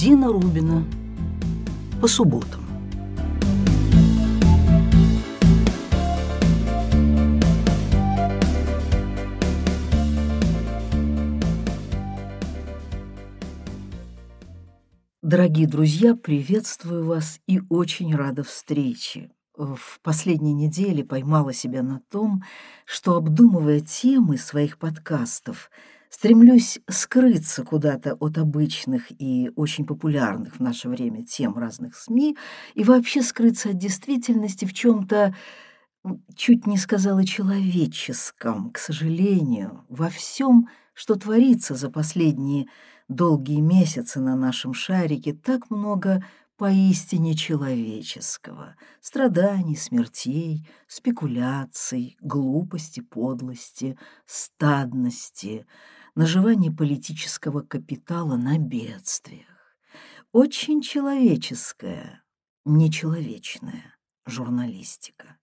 Дина Рубина. По субботам. Дорогие друзья, приветствую вас и очень рада встрече. В последней неделе поймала себя на том, что, обдумывая темы своих подкастов, стремлюсь скрыться куда-то от обычных и очень популярных в наше время тем разных СМИ и вообще скрыться от действительности в чем-то, чуть не сказала, человеческом, к сожалению, во всем, что творится за последние долгие месяцы на нашем шарике, так много поистине человеческого: страданий, смертей, спекуляций, глупости, подлости, стадности, наживания политического капитала на бедствиях. Очень человеческая, нечеловечная журналистика.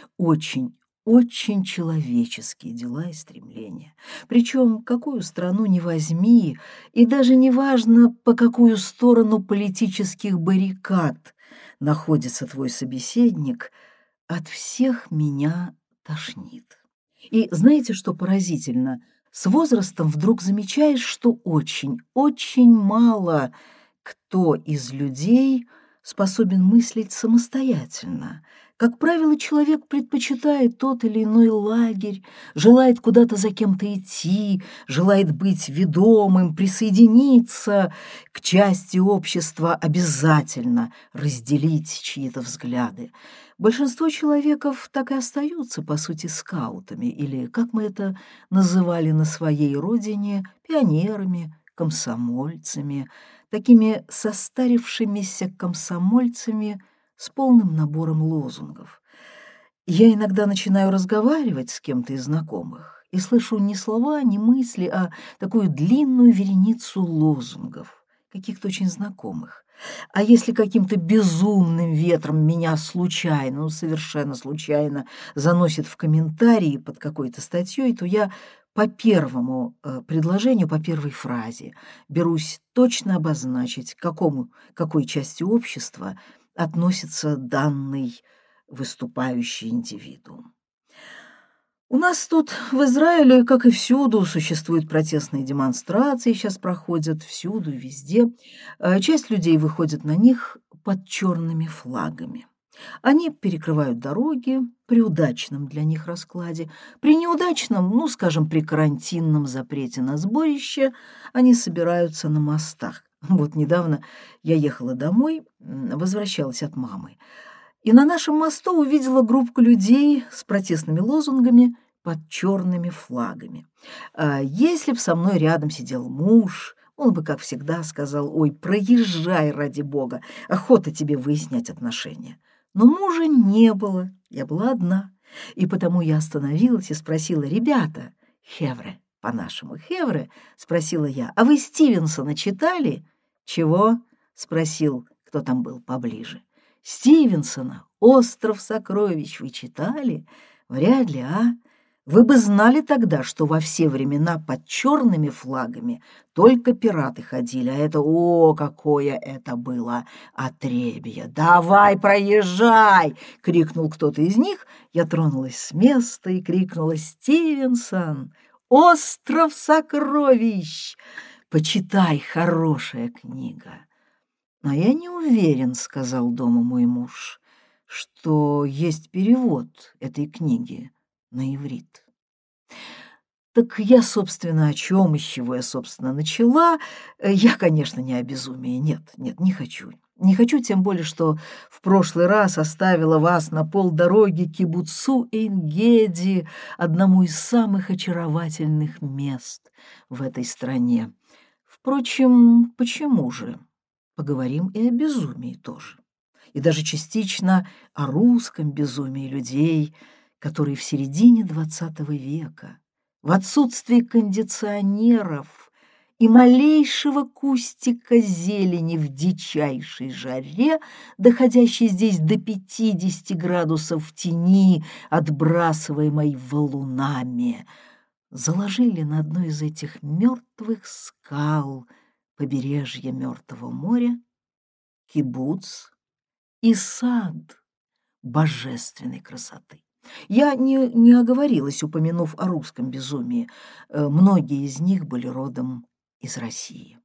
Очень человеческие дела и стремления. Причем, какую страну ни возьми, и даже не важно, по какую сторону политических баррикад находится твой собеседник, от всех меня тошнит. И знаете, что поразительно? С возрастом вдруг замечаешь, что очень мало кто из людей способен мыслить самостоятельно. Как правило, человек предпочитает тот или иной лагерь, желает куда-то за кем-то идти, желает быть ведомым, присоединиться к части общества, обязательно разделить чьи-то взгляды. Большинство человеков так и остаются, по сути, скаутами, или, как мы это называли на своей родине, пионерами, комсомольцами, такими состарившимися комсомольцами с полным набором лозунгов. Я иногда начинаю разговаривать с кем-то из знакомых и слышу не слова, не мысли, а такую длинную вереницу лозунгов, каких-то очень знакомых. А если каким-то безумным ветром меня случайно, совершенно случайно заносит в комментарии под какой-то статьей, то я по первому предложению, по первой фразе берусь точно обозначить, к какой части общества относится данный выступающий индивидуум. У нас тут, в Израиле, как и всюду, существуют протестные демонстрации, сейчас проходят всюду и везде. Часть людей выходит на них под черными флагами. Они перекрывают дороги при удачном для них раскладе. При неудачном, скажем, при карантинном запрете на сборище, они собираются на мостах. Вот недавно я ехала домой, возвращалась от мамы, и на нашем мосту увидела группу людей с протестными лозунгами под черными флагами. Если б со мной рядом сидел муж, он бы, как всегда, сказал: «Ой, проезжай, ради бога, охота тебе выяснять отношения». Но мужа не было, я была одна, и потому я остановилась и спросила: «Ребята, хевре, по-нашему хевре», спросила я, «а вы Стивенсона читали?» «Чего?» — спросил, кто там был поближе. «Стивенсона, «Остров сокровищ» вы читали? Вряд ли, а? Вы бы знали тогда, что во все времена под черными флагами только пираты ходили, а это, какое это было отребье! «Давай, проезжай!» — крикнул кто-то из них. Я тронулась с места и крикнула: «Стивенсон, «Остров сокровищ». Почитай, хорошая книга». «А я не уверен», — сказал дома мой муж, «что есть перевод этой книги на иврит». Так я, собственно, о чем и с чего я, собственно, начала? Я, конечно, не о безумии. Нет, не хочу. Не хочу, тем более, что в прошлый раз оставила вас на полдороги к кибуцу Эйн-Геди, одному из самых очаровательных мест в этой стране. Впрочем, почему же? Поговорим и о безумии тоже. И даже частично о русском безумии людей, которые в середине XX века, в отсутствии кондиционеров и малейшего кустика зелени в дичайшей жаре, доходящей здесь до 50 градусов в тени, отбрасываемой валунами, заложили на одной из этих мертвых скал побережье Мертвого моря, кибуц и сад божественной красоты. Я не оговорилась, упомянув о русском безумии. Многие из них были родом из России.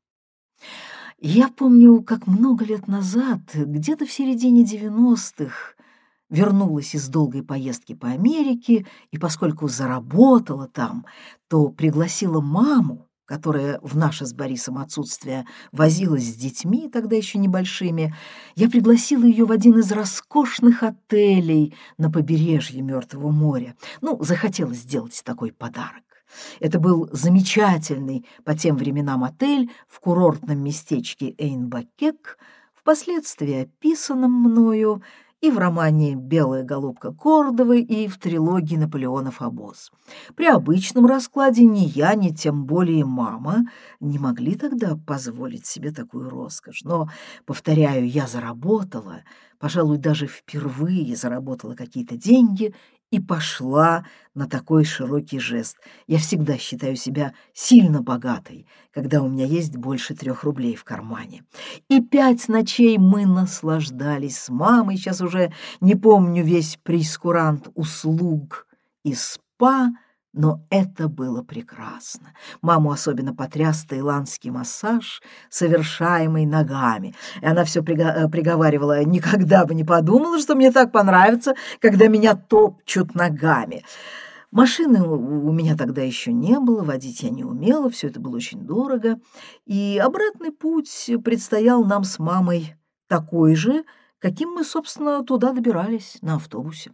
Я помню, как много лет назад, где-то в середине 90-х, вернулась из долгой поездки по Америке, и поскольку заработала там, то пригласила маму, которая в наше с Борисом отсутствие возилась с детьми, тогда еще небольшими. Я пригласила ее в один из роскошных отелей на побережье Мертвого моря. Захотелось сделать такой подарок. Это был замечательный по тем временам отель в курортном местечке Эйн-Бакек, впоследствии описанном мною и в романе «Белая голубка Кордовы», и в трилогии «Наполеонов обоз». При обычном раскладе ни я, ни тем более мама не могли тогда позволить себе такую роскошь. Но, повторяю, я заработала, пожалуй, даже впервые заработала какие-то деньги и пошла на такой широкий жест. Я всегда считаю себя сильно богатой, когда у меня есть больше 3 рублей в кармане. И 5 ночей мы наслаждались с мамой, сейчас уже не помню весь прейскурант услуг и спа, но это было прекрасно. Маму особенно потряс таиландский массаж, совершаемый ногами. И она все приговаривала: «Никогда бы не подумала, что мне так понравится, когда меня топчут ногами». Машины у меня тогда еще не было, водить я не умела, все это было очень дорого. И обратный путь предстоял нам с мамой такой же, каким мы, собственно, туда добирались на автобусе.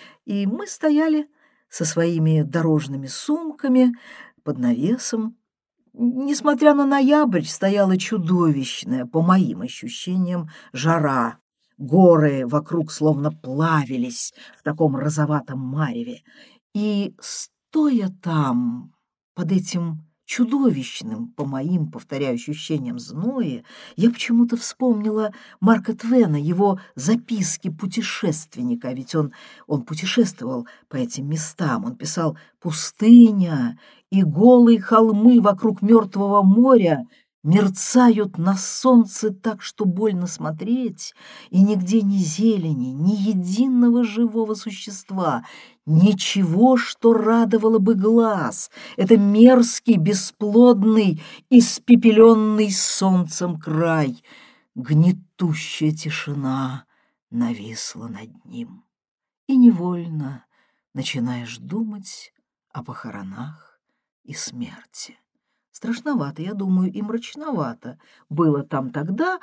И мы стояли со своими дорожными сумками под навесом. Несмотря на ноябрь, стояла чудовищная, по моим ощущениям, жара. Горы вокруг словно плавились в таком розоватом мареве. И, стоя там, под этим чудовищным, по моим, повторяю, ощущениям зноя, я почему-то вспомнила Марка Твена, его записки путешественника, ведь он путешествовал по этим местам, он писал: «Пустыня и голые холмы вокруг Мертвого моря мерцают на солнце так, что больно смотреть, и нигде ни зелени, ни единого живого существа, ничего, что радовало бы глаз. Это мерзкий, бесплодный, испепеленный солнцем край. Гнетущая тишина нависла над ним, и невольно начинаешь думать о похоронах и смерти». Страшновато, я думаю, и мрачновато было там тогда.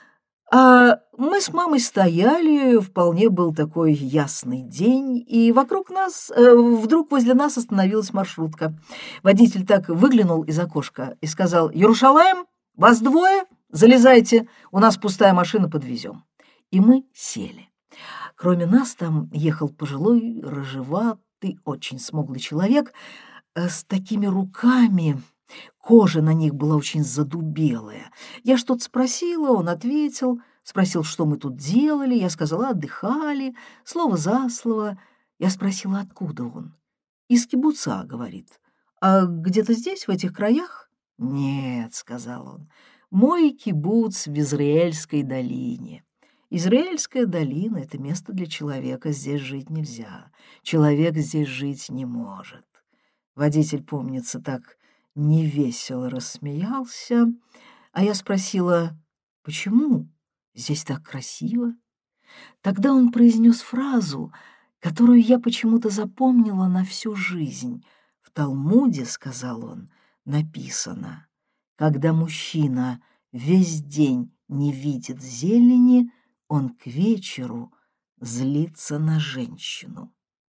А мы с мамой стояли, вполне был такой ясный день, и вокруг нас, вдруг возле нас остановилась маршрутка. Водитель так выглянул из окошка и сказал: «Ярушалаем, вас 2, залезайте, у нас пустая машина, подвезем». И мы сели. Кроме нас там ехал пожилой, рыжеватый, очень смуглый человек с такими руками. Кожа на них была очень задубелая. Я что-то спросила, он ответил, спросил, что мы тут делали. Я сказала: отдыхали, слово за слово. Я спросила, откуда он. «Из кибуца», — говорит. «А где-то здесь, в этих краях?» «Нет», — сказал он, — «мой кибуц в Израильской долине». Израильская долина — это место для человека, здесь жить нельзя. Человек здесь жить не может. Водитель, помнится, так невесело рассмеялся, а я спросила: «Почему? Здесь так красиво». Тогда он произнес фразу, которую я почему-то запомнила на всю жизнь. В Талмуде, сказал он, написано: когда мужчина весь день не видит зелени, он к вечеру злится на женщину.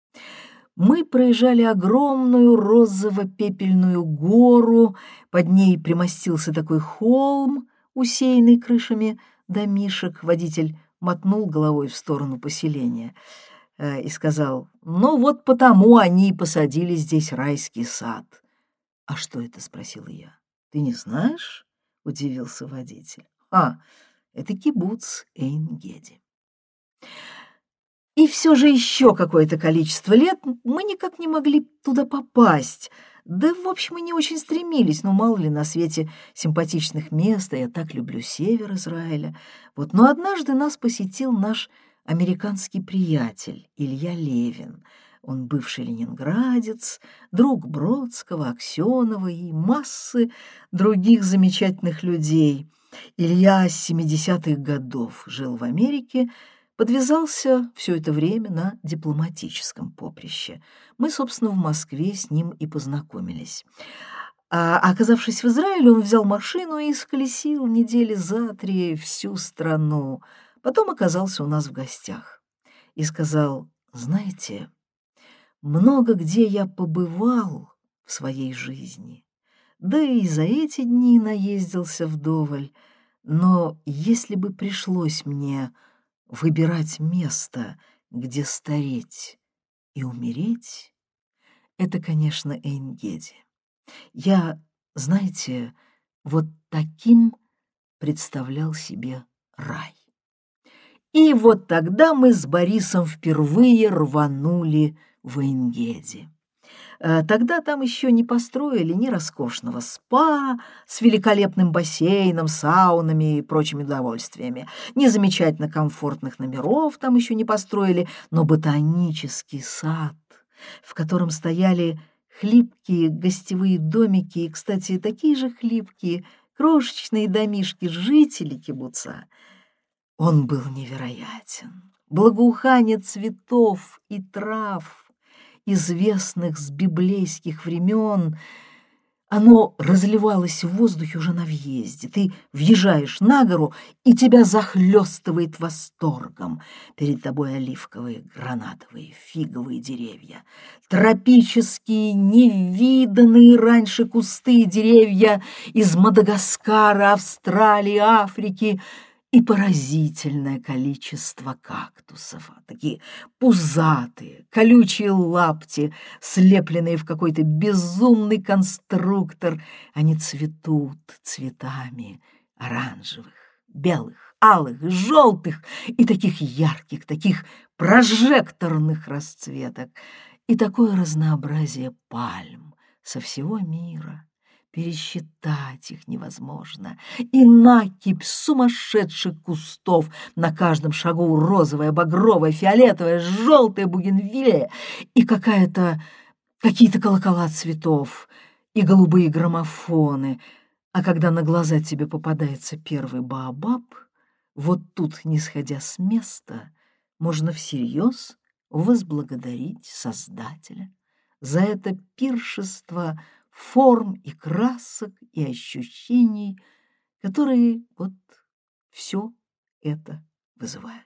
Мы проезжали огромную розово-пепельную гору, под ней примостился такой холм, усеянный крышами домишек. Водитель мотнул головой в сторону поселения и сказал: «Ну вот потому они и посадили здесь райский сад». «А что это?» — спросила я. «Ты не знаешь?» — удивился водитель. Это кибуц Эйн-Геди». И все же еще какое-то количество лет мы никак не могли туда попасть. Да, в общем, мы не очень стремились, но мало ли на свете симпатичных мест, а я так люблю север Израиля. Вот, но однажды нас посетил наш американский приятель Илья Левин. Он бывший ленинградец, друг Бродского, Аксенова и массы других замечательных людей. Илья с 70-х годов жил в Америке, подвязался все это время на дипломатическом поприще. Мы, собственно, в Москве с ним и познакомились. А оказавшись в Израиле, он взял машину и сколесил недели за 3 всю страну. Потом оказался у нас в гостях и сказал: «Знаете, много где я побывал в своей жизни, да и за эти дни наездился вдоволь, но если бы пришлось мне выбирать место, где стареть и умереть, это, конечно, Эйн-Геди. Я, знаете, вот таким представлял себе рай». И вот тогда мы с Борисом впервые рванули в Эйн-Геди. Тогда там еще не построили ни роскошного спа с великолепным бассейном, саунами и прочими удовольствиями, ни замечательно комфортных номеров там еще не построили, но ботанический сад, в котором стояли хлипкие гостевые домики и, кстати, такие же хлипкие крошечные домишки жителей кибуца, он был невероятен. Благоухание цветов и трав, известных с библейских времен, оно разливалось в воздухе уже на въезде. Ты въезжаешь на гору, и тебя захлестывает восторгом. Перед тобой оливковые, гранатовые, фиговые деревья, тропические, невиданные раньше кусты и деревья из Мадагаскара, Австралии, Африки — и поразительное количество кактусов, такие пузатые, колючие лапти, слепленные в какой-то безумный конструктор. Они цветут цветами оранжевых, белых, алых, желтых и таких ярких, таких прожекторных расцветок. И такое разнообразие пальм со всего мира. Пересчитать их невозможно. И накипь сумасшедших кустов, на каждом шагу розовая, багровая, фиолетовая, желтая бугенвилия, и какие-то колокола цветов, и голубые граммофоны. А когда на глаза тебе попадается первый баобаб, вот тут, не сходя с места, можно всерьез возблагодарить Создателя за это пиршество форм и красок и ощущений, которые вот все это вызывают.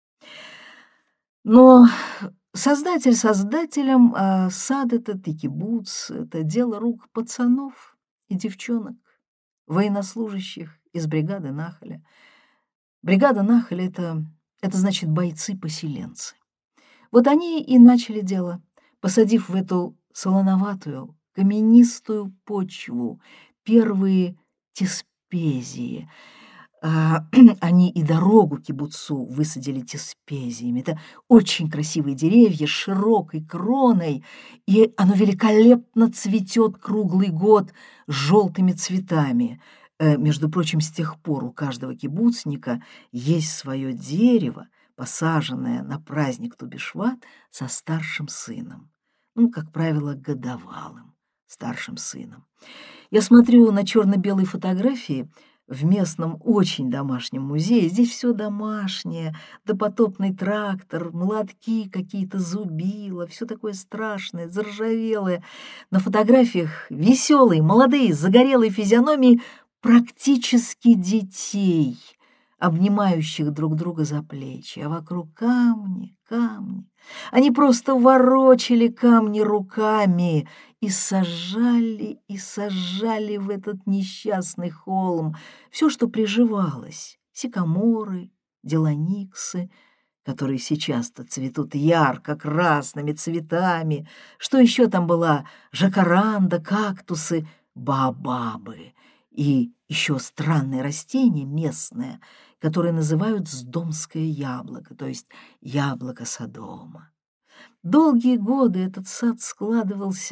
Но создатель создателем, а сад этот и кибуц — это дело рук пацанов и девчонок, военнослужащих из бригады Нахаля. Бригада Нахаля — это значит бойцы-поселенцы. Вот они и начали дело, посадив в эту солоноватую, каменистую почву первые тиспезии. Они и дорогу кибуцу высадили тиспезиями. Это очень красивые деревья с широкой кроной, и оно великолепно цветет круглый год желтыми цветами. Между прочим, с тех пор у каждого кибуцника есть свое дерево, посаженное на праздник Ту-Бишват со старшим сыном. Как правило, годовалым старшим сыном. Я смотрю на черно-белые фотографии в местном очень домашнем музее. Здесь все домашнее, допотопный трактор, молотки какие-то, зубила, все такое страшное, заржавелое. На фотографиях веселые, молодые, загорелые физиономии практически детей, обнимающих друг друга за плечи, а вокруг камни, камни. Они просто ворочали камни руками и сажали в этот несчастный холм все, что приживалось: сикаморы, деланиксы, которые сейчас-то цветут ярко-красными цветами, что еще там была, жакаранда, кактусы, баобабы и еще странное растение местное, которое называют сдомское яблоко, то есть яблоко Содома. Долгие годы этот сад складывался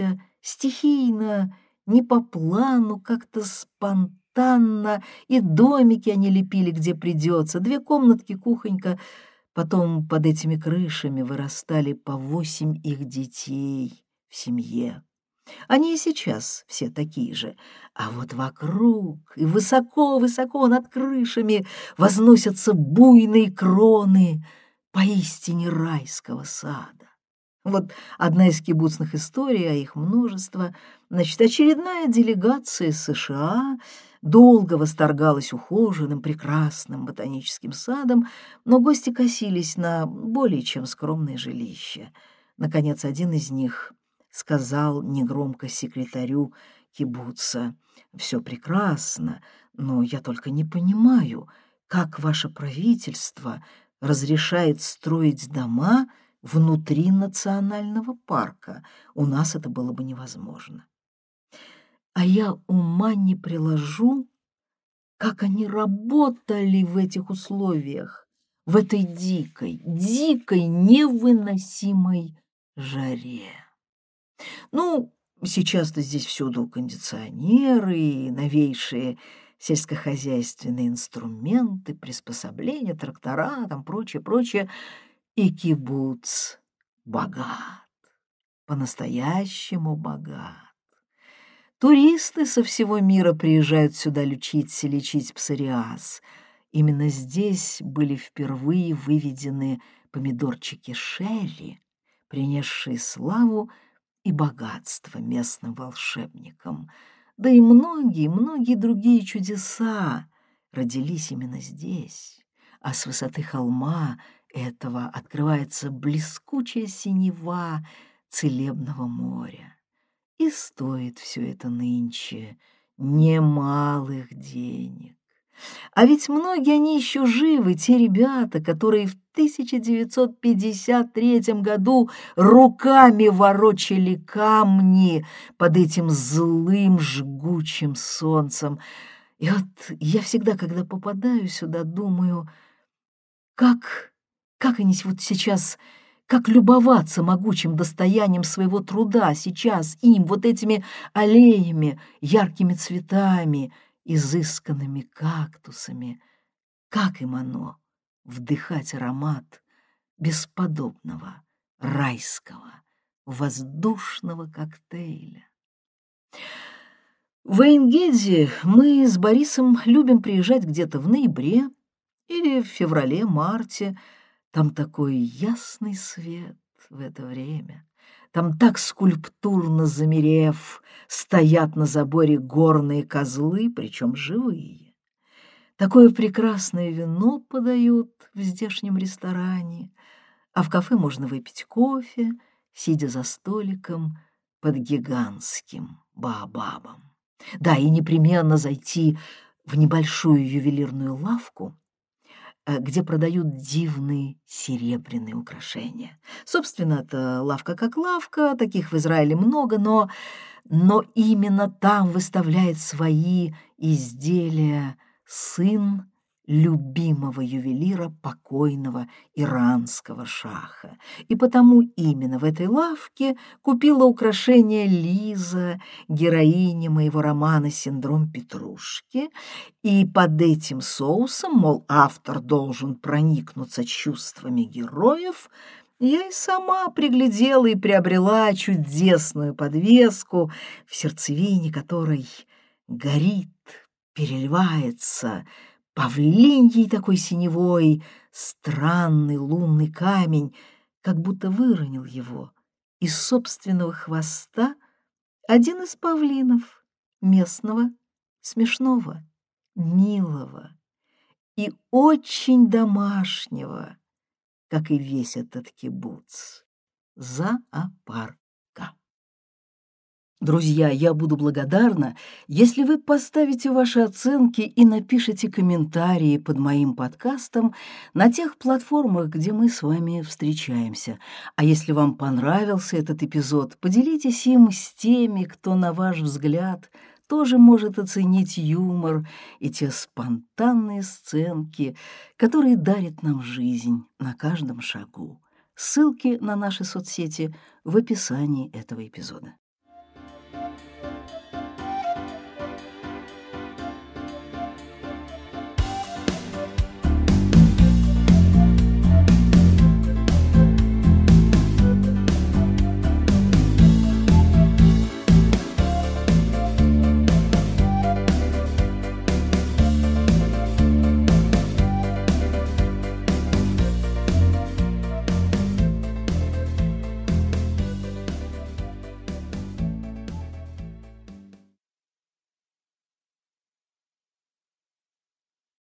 стихийно, не по плану, как-то спонтанно, и домики они лепили, где придется, 2 комнатки, кухонька. Потом под этими крышами вырастали по 8 их детей в семье. Они и сейчас все такие же, а вот вокруг и высоко-высоко над крышами возносятся буйные кроны поистине райского сада. Вот одна из кибуцных историй, а их множество. Значит, очередная делегация из США долго восторгалась ухоженным, прекрасным ботаническим садом, но гости косились на более чем скромное жилище. Наконец, один из них сказал негромко секретарю кибуца: «Все прекрасно, но я только не понимаю, как ваше правительство разрешает строить дома внутри национального парка. У нас это было бы невозможно». А я ума не приложу, как они работали в этих условиях, в этой дикой, дикой, невыносимой жаре. Ну, сейчас-то здесь всюду кондиционеры и новейшие сельскохозяйственные инструменты, приспособления, трактора, там прочее, прочее. И кибуц богат, по-настоящему богат. Туристы со всего мира приезжают сюда лечить псориаз. Именно здесь были впервые выведены помидорчики шерри, принесшие славу и богатство местным волшебникам. Да и многие другие чудеса родились именно здесь. А с высоты холма этого открывается блескучая синева целебного моря. И стоит все это нынче немалых денег. А ведь многие они еще живы, те ребята, которые в 1953 году руками ворочали камни под этим злым жгучим солнцем. И вот я всегда, когда попадаю сюда, думаю, как, как они вот сейчас, как любоваться могучим достоянием своего труда сейчас им, вот этими аллеями, яркими цветами, изысканными кактусами. Как им оно вдыхать аромат бесподобного райского воздушного коктейля. В Эйнгезе мы с Борисом любим приезжать где-то в ноябре или в феврале-марте. Там такой ясный свет в это время. Там так скульптурно замерев стоят на заборе горные козлы, причем живые. Такое прекрасное вино подают в здешнем ресторане, а в кафе можно выпить кофе, сидя за столиком под гигантским баобабом. Да, и непременно зайти в небольшую ювелирную лавку, где продают дивные серебряные украшения. Собственно, это лавка как лавка, таких в Израиле много, но именно там выставляет свои изделия сын любимого ювелира покойного иранского шаха. И потому именно в этой лавке купила украшение Лиза, героиня моего романа «Синдром Петрушки», и под этим соусом, мол, автор должен проникнуться чувствами героев, я и сама приглядела и приобрела чудесную подвеску, в сердцевине которой горит, переливается павлиньей такой синевой странный лунный камень, как будто выронил его из собственного хвоста один из павлинов, местного, смешного, милого и очень домашнего, как и весь этот кибуц, зоопарка. Друзья, я буду благодарна, если вы поставите ваши оценки и напишите комментарии под моим подкастом на тех платформах, где мы с вами встречаемся. А если вам понравился этот эпизод, поделитесь им с теми, кто, на ваш взгляд, тоже может оценить юмор и те спонтанные сценки, которые дарят нам жизнь на каждом шагу. Ссылки на наши соцсети в описании этого эпизода.